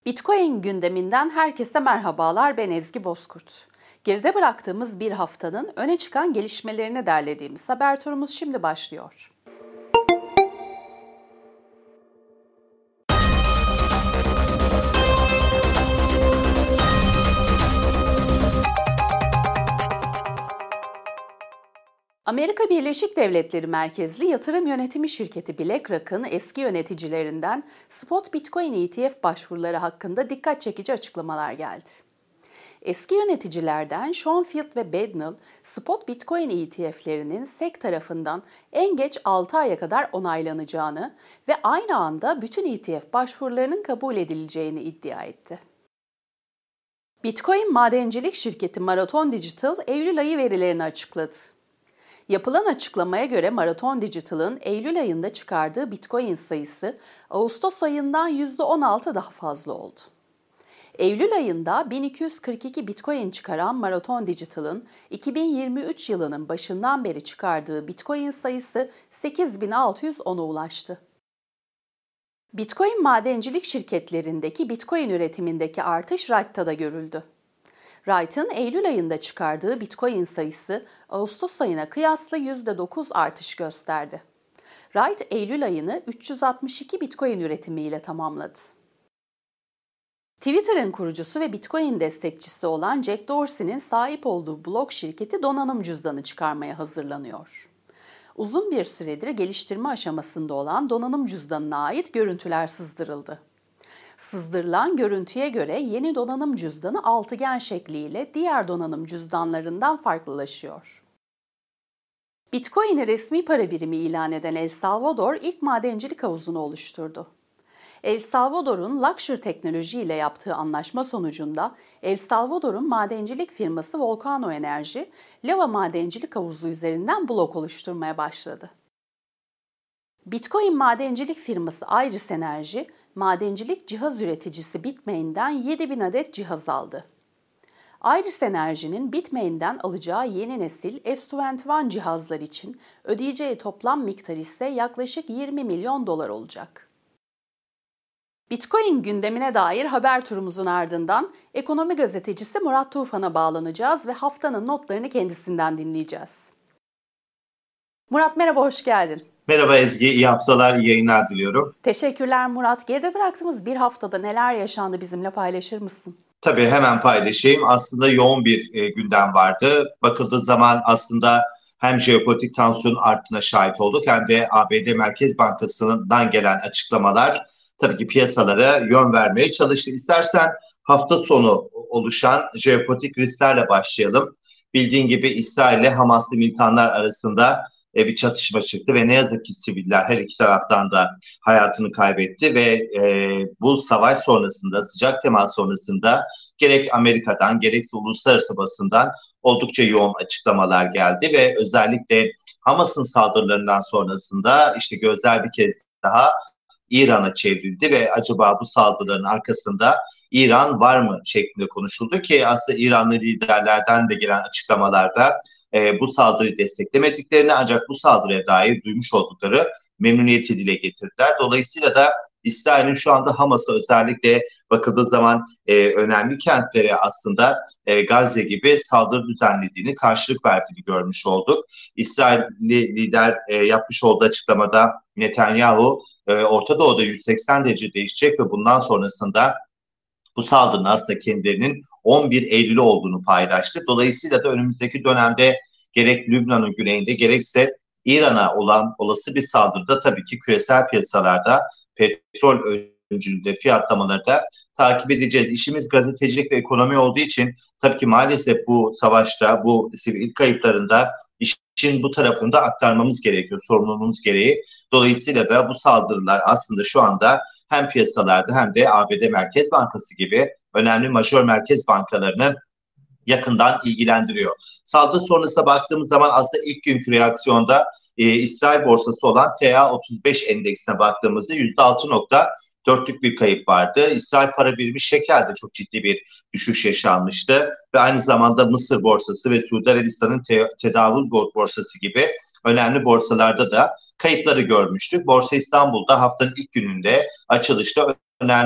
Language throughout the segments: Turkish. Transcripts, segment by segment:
Bitcoin gündeminden herkese merhabalar, ben Ezgi Bozkurt. Geride bıraktığımız bir haftanın öne çıkan gelişmelerini derlediğimiz haber turumuz şimdi başlıyor. Amerika Birleşik Devletleri merkezli yatırım yönetimi şirketi BlackRock'ın eski yöneticilerinden spot Bitcoin ETF başvuruları hakkında dikkat çekici açıklamalar geldi. Eski yöneticilerden Sean Field ve Bednall, spot Bitcoin ETF'lerinin SEC tarafından en geç 6 aya kadar onaylanacağını ve aynı anda bütün ETF başvurularının kabul edileceğini iddia etti. Bitcoin madencilik şirketi Marathon Digital, Eylül ayı verilerini açıkladı. Yapılan açıklamaya göre Marathon Digital'ın Eylül ayında çıkardığı Bitcoin sayısı Ağustos ayından %16 daha fazla oldu. Eylül ayında 1242 Bitcoin çıkaran Marathon Digital'ın 2023 yılının başından beri çıkardığı Bitcoin sayısı 8610'a ulaştı. Bitcoin madencilik şirketlerindeki Bitcoin üretimindeki artış Riot'ta da görüldü. Riot'ın Eylül ayında çıkardığı Bitcoin sayısı Ağustos ayına kıyasla %9 artış gösterdi. Riot, Eylül ayını 362 Bitcoin üretimiyle tamamladı. Twitter'ın kurucusu ve Bitcoin destekçisi olan Jack Dorsey'nin sahip olduğu blog şirketi donanım cüzdanı çıkarmaya hazırlanıyor. Uzun bir süredir geliştirme aşamasında olan donanım cüzdanına ait görüntüler sızdırıldı. Sızdırılan görüntüye göre yeni donanım cüzdanı altıgen şekliyle diğer donanım cüzdanlarından farklılaşıyor. Bitcoin'i resmi para birimi ilan eden El Salvador ilk madencilik havuzunu oluşturdu. El Salvador'un Luxor Teknoloji ile yaptığı anlaşma sonucunda El Salvador'un madencilik firması Volcano Enerji, lava madencilik havuzu üzerinden blok oluşturmaya başladı. Bitcoin madencilik firması Iris Enerji, madencilik cihaz üreticisi Bitmain'den 7000 adet cihaz aldı. Iris Enerji'nin Bitmain'den alacağı yeni nesil S21 cihazlar için ödeyeceği toplam miktar ise yaklaşık $20 milyon olacak. Bitcoin gündemine dair haber turumuzun ardından ekonomi gazetecisi Murat Tufan'a bağlanacağız ve haftanın notlarını kendisinden dinleyeceğiz. Murat merhaba, hoş geldin. Merhaba Ezgi, iyi haftalar, iyi yayınlar diliyorum. Teşekkürler Murat. Geride bıraktığımız bir haftada neler yaşandı, bizimle paylaşır mısın? Tabii hemen paylaşayım. Aslında yoğun bir gündem vardı. Bakıldığı zaman aslında hem jeopolitik tansiyonun arttığına şahit olduk hem de ABD Merkez Bankası'ndan gelen açıklamalar tabii ki piyasalara yön vermeye çalıştı. İstersen hafta sonu oluşan jeopolitik risklerle başlayalım. Bildiğin gibi İsrail ile Hamaslı militanlar arasında bir çatışma çıktı ve ne yazık ki siviller her iki taraftan da hayatını kaybetti ve bu savaş sonrasında, sıcak temas sonrasında gerek Amerika'dan gerekse uluslararası basından oldukça yoğun açıklamalar geldi ve özellikle Hamas'ın saldırılarından sonrasında işte gözler bir kez daha İran'a çevrildi ve acaba bu saldırıların arkasında İran var mı şeklinde konuşuldu ki aslında İranlı liderlerden de gelen açıklamalarda bu saldırıyı desteklemediklerini ancak bu saldırıya dair duymuş oldukları memnuniyeti dile getirdiler. Dolayısıyla da İsrail'in şu anda Hamas'a özellikle bakıldığı zaman önemli kentlere aslında Gazze gibi saldırı düzenlediğini, karşılık verdiğini görmüş olduk. İsrailli lider yapmış olduğu açıklamada Netanyahu Orta Doğu'da 180 derece değişecek ve bundan sonrasında bu saldırının aslında kendilerinin 11 Eylül'ü olduğunu paylaştı. Dolayısıyla da önümüzdeki dönemde gerek Lübnan'ın güneyinde gerekse İran'a olan olası bir saldırıda tabii ki küresel piyasalarda petrol öncülüğünde fiyatlamaları da takip edeceğiz. İşimiz gazetecilik ve ekonomi olduğu için tabii ki maalesef bu savaşta, bu sivil kayıplarında işin bu tarafını da aktarmamız gerekiyor, sorumluluğumuz gereği. Dolayısıyla da bu saldırılar aslında şu anda hem piyasalarda hem de ABD Merkez Bankası gibi önemli majör merkez bankalarını yakından ilgilendiriyor. Saldırı sonrasına baktığımız zaman aslında ilk günkü reaksiyonda İsrail borsası olan TA35 endeksine baktığımızda %6.4'lük bir kayıp vardı. İsrail para birimi şekelde çok ciddi bir düşüş yaşanmıştı ve aynı zamanda Mısır borsası ve Suudi Arabistan'ın tedavül borsası gibi önemli borsalarda da kayıpları görmüştük. Borsa İstanbul'da haftanın ilk gününde açılışta önemli bir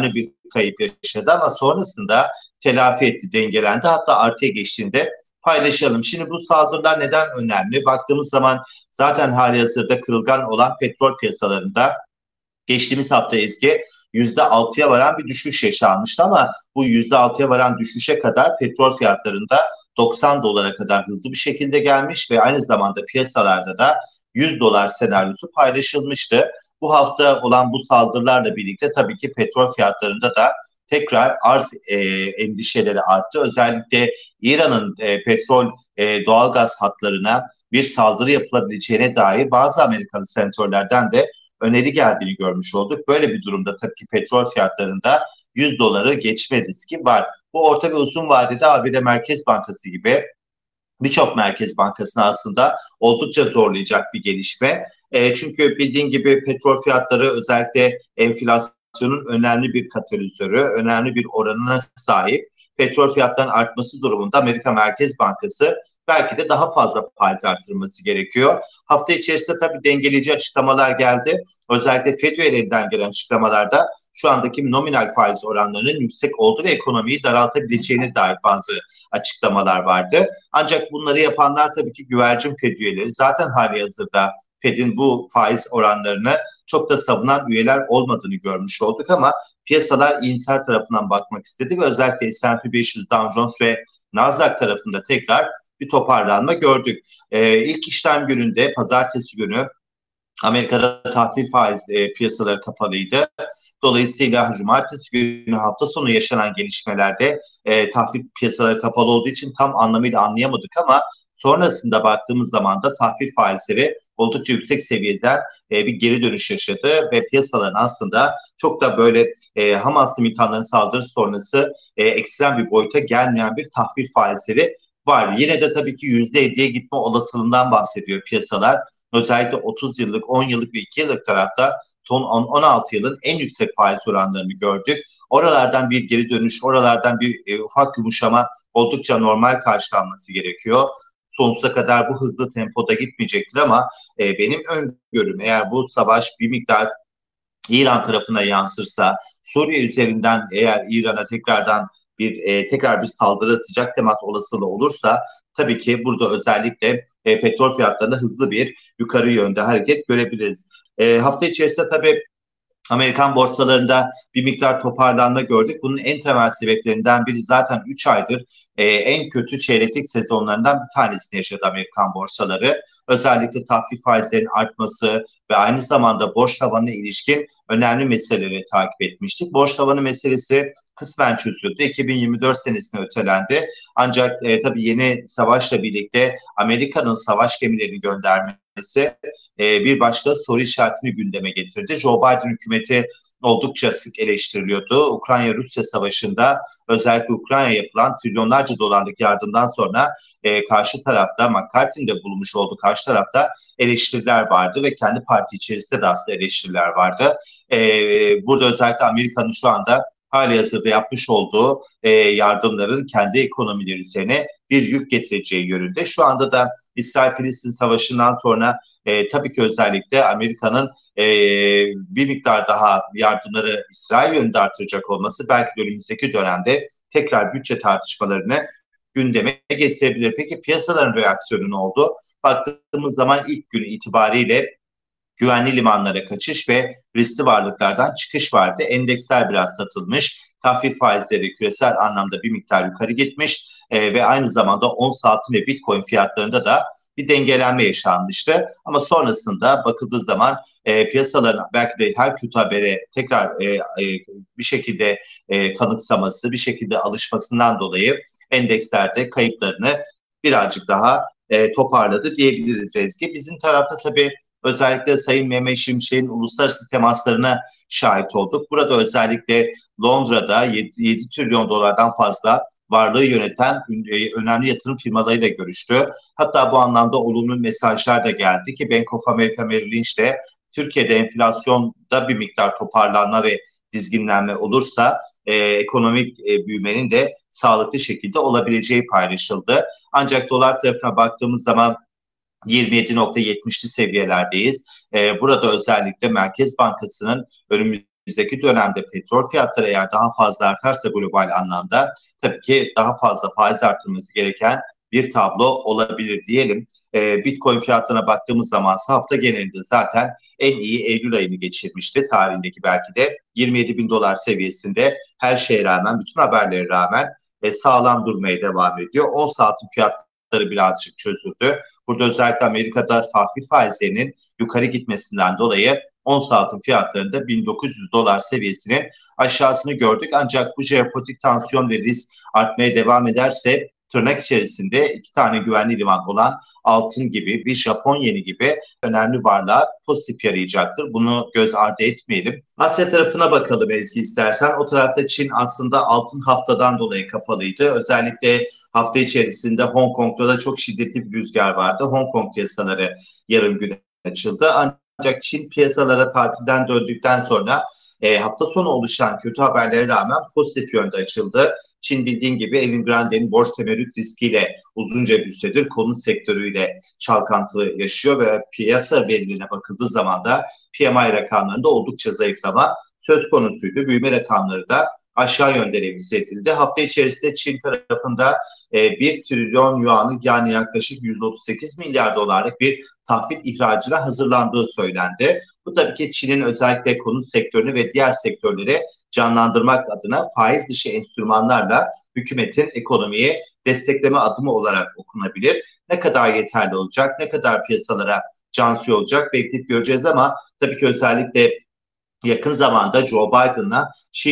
kayıp yaşadı ama sonrasında telafi etti, dengelendi. Hatta artıya geçtiğinde paylaşalım. Şimdi bu saldırılar neden önemli? Baktığımız zaman zaten halihazırda kırılgan olan petrol piyasalarında geçtiğimiz hafta Ezgi %6'ya varan bir düşüş yaşanmıştı ama bu %6'ya varan düşüşe kadar petrol fiyatlarında 90 dolara kadar hızlı bir şekilde gelmiş ve aynı zamanda piyasalarda da 100 dolar senaryosu paylaşılmıştı. Bu hafta olan bu saldırılarla birlikte tabii ki petrol fiyatlarında da tekrar arz endişeleri arttı. Özellikle İran'ın petrol doğalgaz hatlarına bir saldırı yapılabileceğine dair bazı Amerikalı senatörlerden de öneri geldiğini görmüş olduk. Böyle bir durumda tabii ki petrol fiyatlarında 100 doları geçme riski var. Bu orta ve uzun vadede ABD Merkez Bankası gibi birçok merkez bankasını aslında oldukça zorlayacak bir gelişme. Çünkü bildiğin gibi petrol fiyatları özellikle enflasyonun önemli bir katalizörü, önemli bir oranına sahip. Petrol fiyatlarının artması durumunda Amerika Merkez Bankası belki de daha fazla faiz artırması gerekiyor. Hafta içerisinde tabii dengeleyici açıklamalar geldi. Özellikle FED üyelerinden gelen açıklamalarda şu andaki nominal faiz oranlarının yüksek olduğu ve ekonomiyi daraltabileceğine dair bazı açıklamalar vardı. Ancak bunları yapanlar tabii ki güvercin FED üyeleri. Zaten halihazırda FED'in bu faiz oranlarını çok da savunan üyeler olmadığını görmüş olduk ama piyasalar iyimser tarafından bakmak istedi ve özellikle S&P 500, Dow Jones ve Nasdaq tarafında tekrar bir toparlanma gördük. İlk işlem gününde pazartesi günü Amerika'da tahvil faiz piyasaları kapalıydı. Dolayısıyla cumartesi günü hafta sonu yaşanan gelişmelerde tahvil piyasaları kapalı olduğu için tam anlamıyla anlayamadık ama sonrasında baktığımız zaman da tahvil faizleri oldukça yüksek seviyeden bir geri dönüş yaşadı ve piyasaların aslında çok da böyle Hamas militanlarının saldırı sonrası ekstrem bir boyuta gelmeyen bir tahvil faizleri var. Yine de tabii ki %7'ye gitme olasılığından bahsediyor piyasalar. Özellikle 30 yıllık, 10 yıllık ve 2 yıllık tarafta son 16 yılın en yüksek faiz oranlarını gördük. Oralardan bir geri dönüş, oralardan bir ufak yumuşama oldukça normal karşılanması gerekiyor. Sonsuza kadar bu hızlı tempoda gitmeyecektir ama benim öngörüm eğer bu savaş bir miktar İran tarafına yansırsa, Suriye üzerinden eğer İran'a tekrar bir saldırı, sıcak temas olasılığı olursa tabii ki burada özellikle petrol fiyatlarında hızlı bir yukarı yönde hareket görebiliriz. Hafta içerisinde tabii Amerikan borsalarında bir miktar toparlanma gördük. Bunun en temel sebeplerinden biri zaten 3 aydır en kötü çeyreklik sezonlarından bir tanesini yaşadı Amerikan borsaları. Özellikle tahvil faizlerinin artması ve aynı zamanda borç tavanına ilişkin önemli meseleleri takip etmiştik. Borç tavanı meselesi kısmen çözüldü. 2024 senesine ötelendi. Ancak tabii yeni savaşla birlikte Amerika'nın savaş gemilerini göndermesi bir başka soru işaretini gündeme getirdi. Joe Biden hükümeti oldukça sık eleştiriliyordu. Ukrayna-Rusya savaşında özellikle Ukrayna'ya yapılan trilyonlarca dolarlık yardımdan sonra karşı tarafta McCarthy'nin de bulunmuş olduğu karşı tarafta eleştiriler vardı ve kendi parti içerisinde de aslında eleştiriler vardı. Burada özellikle Amerika'nın şu anda halihazırda yapmış olduğu yardımların kendi ekonomileri üzerine bir yük getireceği yönünde. Şu anda da İsrail-Filistin savaşından sonra tabii ki özellikle Amerika'nın bir miktar daha yardımları İsrail yönünde artıracak olması belki de önümüzdeki dönemde tekrar bütçe tartışmalarını gündeme getirebilir. Peki piyasaların reaksiyonu ne oldu? Baktığımız zaman ilk gün itibariyle güvenli limanlara kaçış ve riskli varlıklardan çıkış vardı. Endeksler biraz satılmış. Tahvil faizleri küresel anlamda bir miktar yukarı gitmiş ve aynı zamanda ons altın ve bitcoin fiyatlarında da bir dengelenme yaşanmıştı. Ama sonrasında bakıldığı zaman piyasaların belki de her kötü habere tekrar bir şekilde kanıksaması, bir şekilde alışmasından dolayı endekslerde kayıplarını birazcık daha toparladı diyebiliriz Ezgi. Bizim tarafta tabii özellikle Sayın Mehmet Şimşek'in uluslararası temaslarına şahit olduk. Burada özellikle Londra'da 7 trilyon dolardan fazla varlığı yöneten önemli yatırım firmalarıyla görüştü. Hatta bu anlamda olumlu mesajlar da geldi ki Bank of America Merrill Lynch de Türkiye'de enflasyonda bir miktar toparlanma ve dizginlenme olursa ekonomik büyümenin de sağlıklı şekilde olabileceği paylaşıldı. Ancak dolar tarafına baktığımız zaman 27.70'li seviyelerdeyiz. Burada özellikle Merkez Bankası'nın önümüzdeki önümüzdeki dönemde petrol fiyatları eğer daha fazla artarsa global anlamda tabii ki daha fazla faiz artırılması gereken bir tablo olabilir diyelim. Bitcoin fiyatlarına baktığımız zaman hafta genelinde zaten en iyi Eylül ayını geçirmişti. Tarihindeki belki de 27 bin dolar seviyesinde her şeye rağmen, bütün haberlere rağmen sağlam durmaya devam ediyor. Ons altın fiyatları birazcık çözüldü. Burada özellikle Amerika'da tahvil faizlerinin yukarı gitmesinden dolayı ons altın fiyatlarında 1900 dolar seviyesinin aşağısını gördük. Ancak bu jeopolitik tansiyon ve risk artmaya devam ederse tırnak içerisinde iki tane güvenli liman olan altın gibi, bir Japon yeni gibi önemli varlığa pozitif yarayacaktır. Bunu göz ardı etmeyelim. Asya tarafına bakalım Ezgi istersen. O tarafta Çin aslında altın haftadan dolayı kapalıydı. Özellikle hafta içerisinde Hong Kong'da da çok şiddetli bir rüzgar vardı. Hong Kong piyasaları yarım gün açıldı. Ancak Çin piyasalara tatilden döndükten sonra hafta sonu oluşan kötü haberlere rağmen pozitif yönde açıldı. Çin bildiğin gibi Evergrande'nin borç temerrüt riskiyle uzunca bir süredir konut sektörüyle çalkantılı yaşıyor ve piyasa verilerine bakıldığı zaman da PMI rakamlarında oldukça zayıflama söz konusuydu. Büyüme rakamları da aşağı yönde revize edildi. Hafta içerisinde Çin tarafında 1 trilyon yuanlık yani yaklaşık 138 milyar dolarlık bir tahvil ihracına hazırlandığı söylendi. Bu tabii ki Çin'in özellikle konut sektörünü ve diğer sektörleri canlandırmak adına faiz dışı enstrümanlarla hükümetin ekonomiye destekleme adımı olarak okunabilir. Ne kadar yeterli olacak, ne kadar piyasalara can suyu olacak bekleyip göreceğiz ama tabii ki özellikle yakın zamanda Joe Biden'la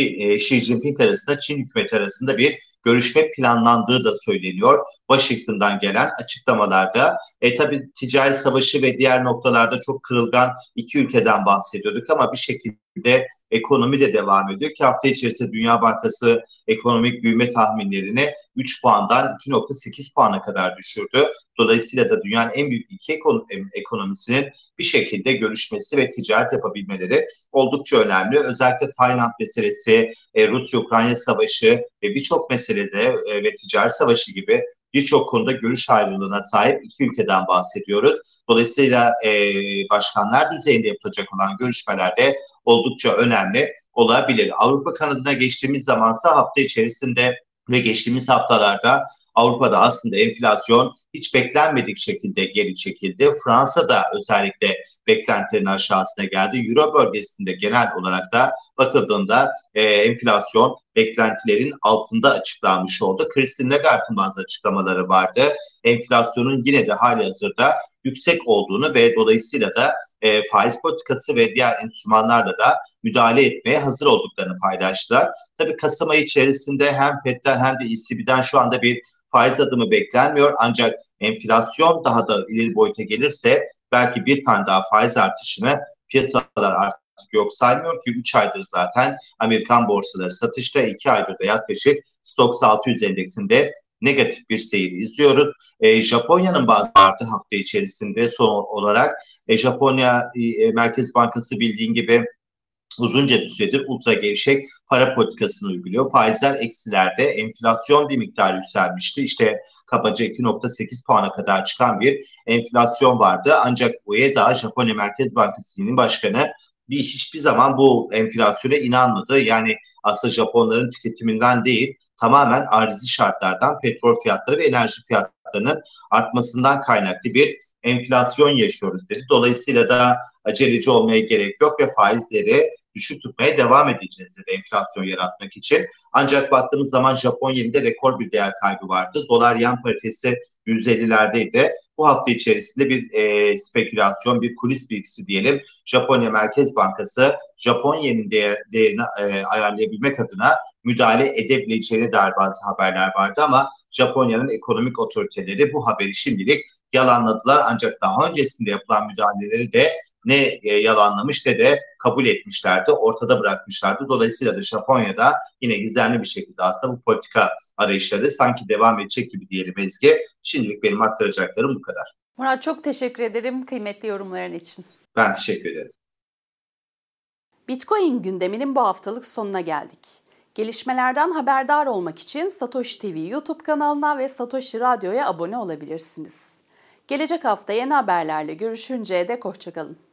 Xi Jinping arasında Çin hükümeti arasında bir görüşme planlandığı da söyleniyor. Washington'dan gelen açıklamalarda tabii ticari savaşı ve diğer noktalarda çok kırılgan iki ülkeden bahsediyorduk ama bir şekilde ekonomi de devam ediyor ki hafta içerisinde Dünya Bankası ekonomik büyüme tahminlerini 3 puandan 2,8 puana kadar düşürdü. Dolayısıyla da dünyanın en büyük iki ekonomisinin bir şekilde görüşmesi ve ticaret yapabilmeleri oldukça önemli. Özellikle Tayland meselesi, Rusya-Ukrayna savaşı ve birçok meselede ve ticaret savaşı gibi birçok konuda görüş ayrılığına sahip iki ülkeden bahsediyoruz. Dolayısıyla başkanlar düzeyinde yapılacak olan görüşmelerde oldukça önemli olabilir. Avrupa kanadına geçtiğimiz zamansa hafta içerisinde ve geçtiğimiz haftalarda Avrupa'da aslında enflasyon hiç beklenmedik şekilde geri çekildi. Fransa'da özellikle beklentilerin aşağısına geldi. Euro bölgesinde genel olarak da bakıldığında enflasyon beklentilerin altında açıklanmış oldu. Christine Lagarde'ın bazı açıklamaları vardı. Enflasyonun yine de halihazırda yüksek olduğunu ve dolayısıyla da faiz politikası ve diğer enstrümanlarla da müdahale etmeye hazır olduklarını paylaştılar. Tabii Kasım ayı içerisinde hem FED'den hem de ECB'den şu anda bir faiz adımı beklenmiyor. Ancak enflasyon daha da ileri boyuta gelirse belki bir tane daha faiz artışını piyasalar artık yok saymıyor ki 3 aydır zaten Amerikan borsaları satışta, 2 aydır da yaklaşık Stoxx 600 endeksinde negatif bir seyir izliyoruz. Japonya'nın bazı arttı hafta içerisinde son olarak. Japonya Merkez Bankası bildiğin gibi uzunca bir süredir ultra gevşek para politikasını uyguluyor. Faizler eksilerde, enflasyon bir miktar yükselmişti. İşte kabaca 2,8 puana kadar çıkan bir enflasyon vardı. Ancak UEDA, Japonya Merkez Bankası'nın başkanı hiçbir zaman bu enflasyona inanmadı. Yani aslında Japonların tüketiminden değil, tamamen arizi şartlardan, petrol fiyatları ve enerji fiyatlarının artmasından kaynaklı bir enflasyon yaşıyoruz dedi. Dolayısıyla da aceleci olmaya gerek yok ve faizleri düşük tutmaya devam edeceğiz dedi enflasyon yaratmak için. Ancak baktığımız zaman Japon yeninde rekor bir değer kaybı vardı. Dolar yen paritesi 150'lerdeydi. Bu hafta içerisinde bir spekülasyon, bir kulis bilgisi diyelim. Japonya Merkez Bankası Japon yenin değerini ayarlayabilmek adına müdahale edebileceğine dair bazı haberler vardı ama Japonya'nın ekonomik otoriteleri bu haberi şimdilik yalanladılar. Ancak daha öncesinde yapılan müdahaleleri de ne yalanlamış ne de kabul etmişlerdi, ortada bırakmışlardı. Dolayısıyla da Japonya'da yine gizemli bir şekilde aslında bu politika arayışları sanki devam edecek gibi diyelim Ezgi. Şimdilik benim aktaracaklarım bu kadar. Murat çok teşekkür ederim kıymetli yorumların için. Ben teşekkür ederim. Bitcoin gündeminin bu haftalık sonuna geldik. Gelişmelerden haberdar olmak için Satoshi TV YouTube kanalına ve Satoshi Radyo'ya abone olabilirsiniz. Gelecek hafta yeni haberlerle görüşünceye dek hoşça kalın.